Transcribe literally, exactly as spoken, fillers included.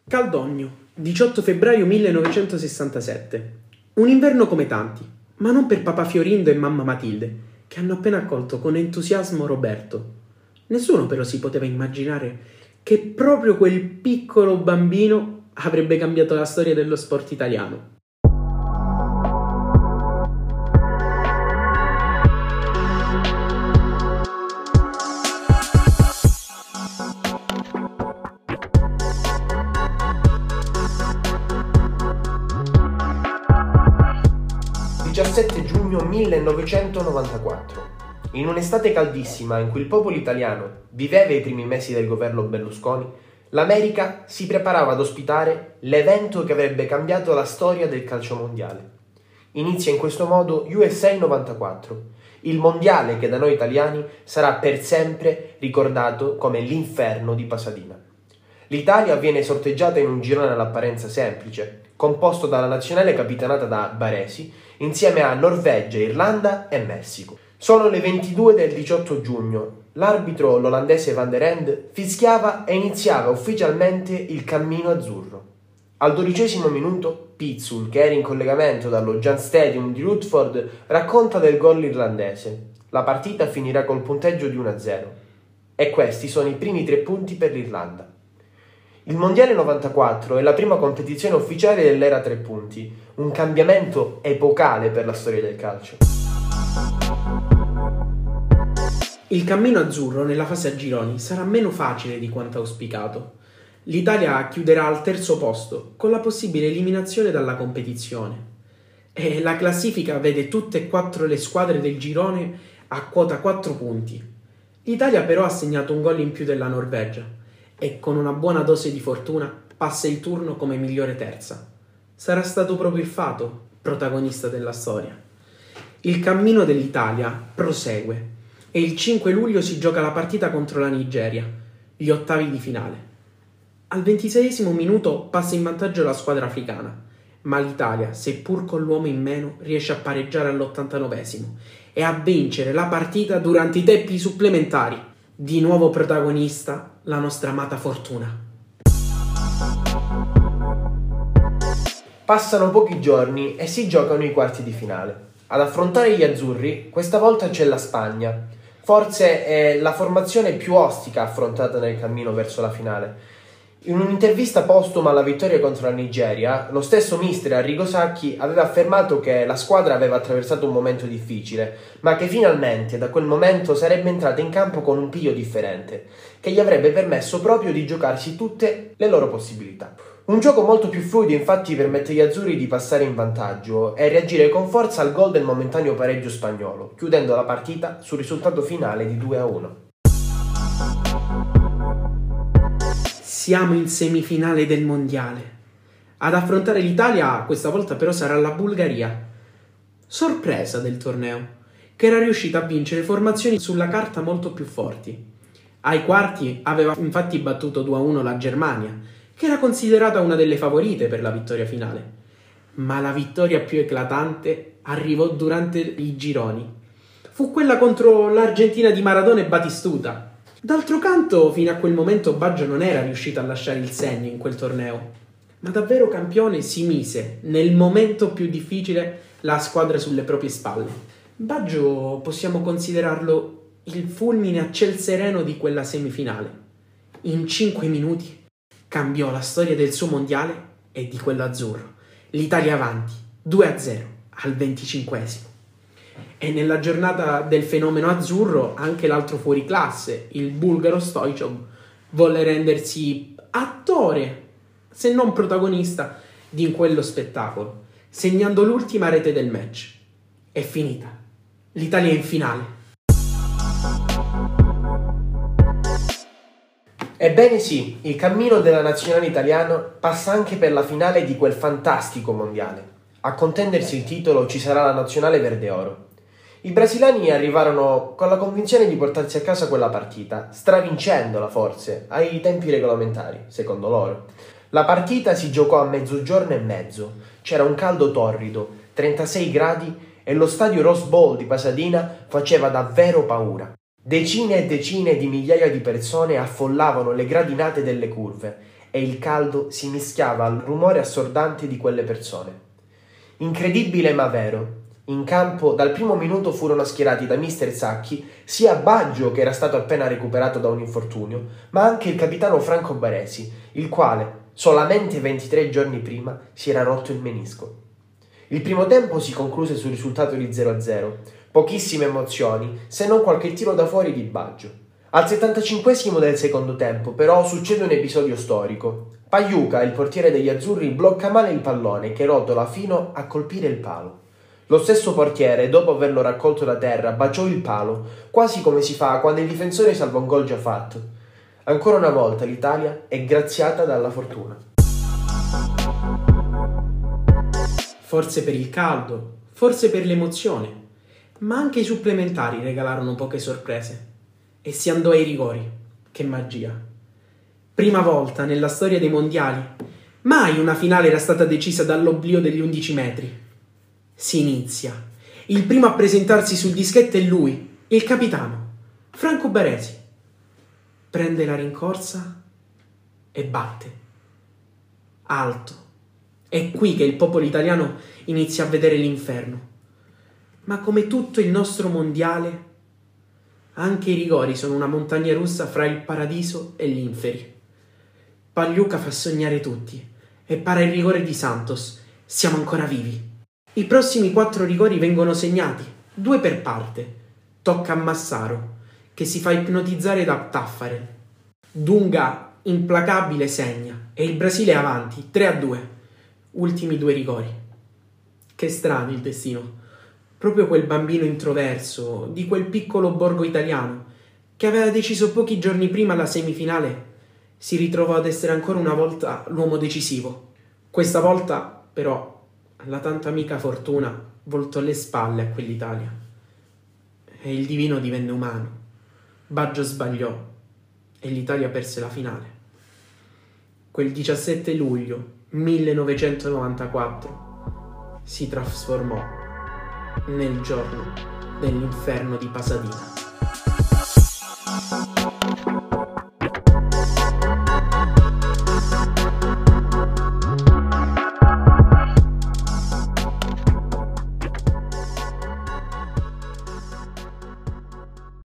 Caldogno, diciotto febbraio millenovecentosessantasette. Un inverno come tanti, ma non per papà Fiorindo e mamma Matilde, che hanno appena accolto con entusiasmo Roberto. Nessuno però si poteva immaginare che proprio quel piccolo bambino avrebbe cambiato la storia dello sport italiano. diciassette giugno millenovecentonovantaquattro. In un'estate caldissima in cui il popolo italiano viveva i primi mesi del governo Berlusconi, l'America si preparava ad ospitare l'evento che avrebbe cambiato la storia del calcio mondiale. Inizia in questo modo U S A novantaquattro, il mondiale che da noi italiani sarà per sempre ricordato come l'inferno di Pasadena. L'Italia viene sorteggiata in un girone all'apparenza semplice, composto dalla nazionale capitanata da Baresi, insieme a Norvegia, Irlanda e Messico. Sono le ventidue del diciotto giugno, l'arbitro l'olandese Van der End fischiava e iniziava ufficialmente il cammino azzurro. Al dodicesimo minuto, Pizzul, che era in collegamento dallo Giant Stadium di Rutherford, racconta del gol irlandese. La partita finirà col punteggio di uno a zero. E questi sono i primi tre punti per l'Irlanda. Il Mondiale novantaquattro è la prima competizione ufficiale dell'era tre punti, un cambiamento epocale per la storia del calcio. Il cammino azzurro nella fase a gironi sarà meno facile di quanto auspicato. L'Italia chiuderà al terzo posto, con la possibile eliminazione dalla competizione. E la classifica vede tutte e quattro le squadre del girone a quota quattro punti. L'Italia però ha segnato un gol in più della Norvegia e con una buona dose di fortuna passa il turno come migliore terza. Sarà stato proprio il fato protagonista della storia. Il cammino dell'Italia prosegue e il cinque luglio si gioca la partita contro la Nigeria, gli ottavi di finale. Al ventiseiesimo minuto passa in vantaggio la squadra africana, ma l'Italia, seppur con l'uomo in meno, riesce a pareggiare all'ottantanovesimo e a vincere la partita durante i tempi supplementari. Di nuovo protagonista la nostra amata fortuna. Passano pochi giorni e si giocano i quarti di finale. Ad affrontare gli azzurri questa volta c'è la Spagna. Forse è la formazione più ostica affrontata nel cammino verso la finale. In un'intervista postuma alla vittoria contro la Nigeria, lo stesso mister Arrigo Sacchi aveva affermato che la squadra aveva attraversato un momento difficile, ma che finalmente da quel momento sarebbe entrata in campo con un piglio differente, che gli avrebbe permesso proprio di giocarsi tutte le loro possibilità. Un gioco molto più fluido infatti permette agli azzurri di passare in vantaggio e reagire con forza al gol del momentaneo pareggio spagnolo, chiudendo la partita sul risultato finale di due a uno. Siamo in semifinale del mondiale. Ad affrontare l'Italia questa volta però sarà la Bulgaria. Sorpresa del torneo, che era riuscita a vincere formazioni sulla carta molto più forti. Ai quarti aveva infatti battuto due a uno la Germania, che era considerata una delle favorite per la vittoria finale. Ma la vittoria più eclatante arrivò durante i gironi. Fu quella contro l'Argentina di Maradona e Batistuta. D'altro canto, fino a quel momento Baggio non era riuscito a lasciare il segno in quel torneo, ma davvero campione si mise, nel momento più difficile, la squadra sulle proprie spalle. Baggio possiamo considerarlo il fulmine a ciel sereno di quella semifinale. In cinque minuti cambiò la storia del suo mondiale e di quello azzurro. L'Italia avanti, due a zero, al venticinquesimo. E nella giornata del fenomeno azzurro anche l'altro fuoriclasse, il bulgaro Stoichkov, volle rendersi attore, se non protagonista, di quello spettacolo, segnando l'ultima rete del match. È finita. L'Italia è in finale. Ebbene sì, il cammino della nazionale italiana passa anche per la finale di quel fantastico mondiale. A contendersi il titolo ci sarà la nazionale verde-oro. I brasiliani arrivarono con la convinzione di portarsi a casa quella partita, stravincendola forse, ai tempi regolamentari, secondo loro. La partita si giocò a mezzogiorno e mezzo, c'era un caldo torrido, trentasei gradi, e lo stadio Rose Bowl di Pasadena faceva davvero paura. Decine e decine di migliaia di persone affollavano le gradinate delle curve e il caldo si mischiava al rumore assordante di quelle persone. Incredibile ma vero. In campo dal primo minuto furono schierati da mister Sacchi sia Baggio, che era stato appena recuperato da un infortunio, ma anche il capitano Franco Baresi, il quale solamente ventitré giorni prima si era rotto il menisco. Il primo tempo si concluse sul risultato di zero a zero, pochissime emozioni, se non qualche tiro da fuori di Baggio. Al settantacinquesimo del secondo tempo, però, succede un episodio storico. Pagliuca, il portiere degli azzurri, blocca male il pallone che rotola fino a colpire il palo. Lo stesso portiere, dopo averlo raccolto da terra, baciò il palo, quasi come si fa quando il difensore salva un gol già fatto. Ancora una volta l'Italia è graziata dalla fortuna. Forse per il caldo, forse per l'emozione, ma anche i supplementari regalarono poche sorprese. E si andò ai rigori. Che magia! Prima volta nella storia dei mondiali, mai una finale era stata decisa dall'oblio degli undici metri. Si inizia. Il primo a presentarsi sul dischetto è lui, il capitano, Franco Baresi. Prende la rincorsa e batte. Alto. È qui che il popolo italiano inizia a vedere l'inferno. Ma come tutto il nostro mondiale, anche i rigori sono una montagna russa fra il paradiso e l'inferi. Pagliuca fa sognare tutti e para il rigore di Santos. Siamo ancora vivi. I prossimi quattro rigori vengono segnati, due per parte. Tocca a Massaro, che si fa ipnotizzare da Taffarel. Dunga, implacabile, segna e il Brasile è avanti, tre a due. Ultimi due rigori. Che strano il destino. Proprio quel bambino introverso, di quel piccolo borgo italiano, che aveva deciso pochi giorni prima la semifinale, si ritrovò ad essere ancora una volta l'uomo decisivo. Questa volta, però, la tanto amica fortuna voltò le spalle a quell'Italia e il divino divenne umano. Baggio sbagliò e l'Italia perse la finale. Quel diciassette luglio millenovecentonovantaquattro si trasformò nel giorno dell'inferno di Pasadena.